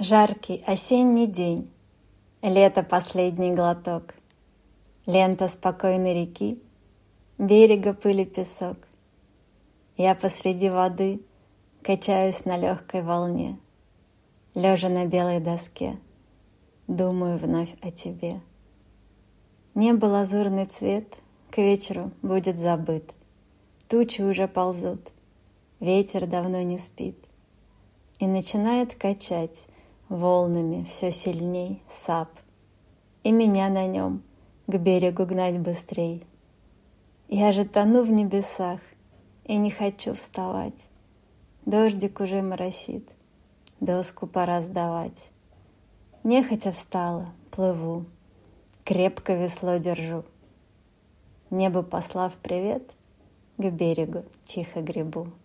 Жаркий осенний день, лето последний глоток, лента спокойной реки, берега пыль и песок. Я посреди воды качаюсь на легкой волне, лежа на белой доске, думаю вновь о тебе. Небо лазурный цвет к вечеру будет забыт, тучи уже ползут, ветер давно не спит и начинает качать волнами все сильней сап, и меня на нем к берегу гнать быстрей. Я же тону в небесах и не хочу вставать. Дождик уже моросит, доску пора сдавать. Нехотя встала, плыву, крепко весло держу. Небу послав привет, к берегу тихо гребу.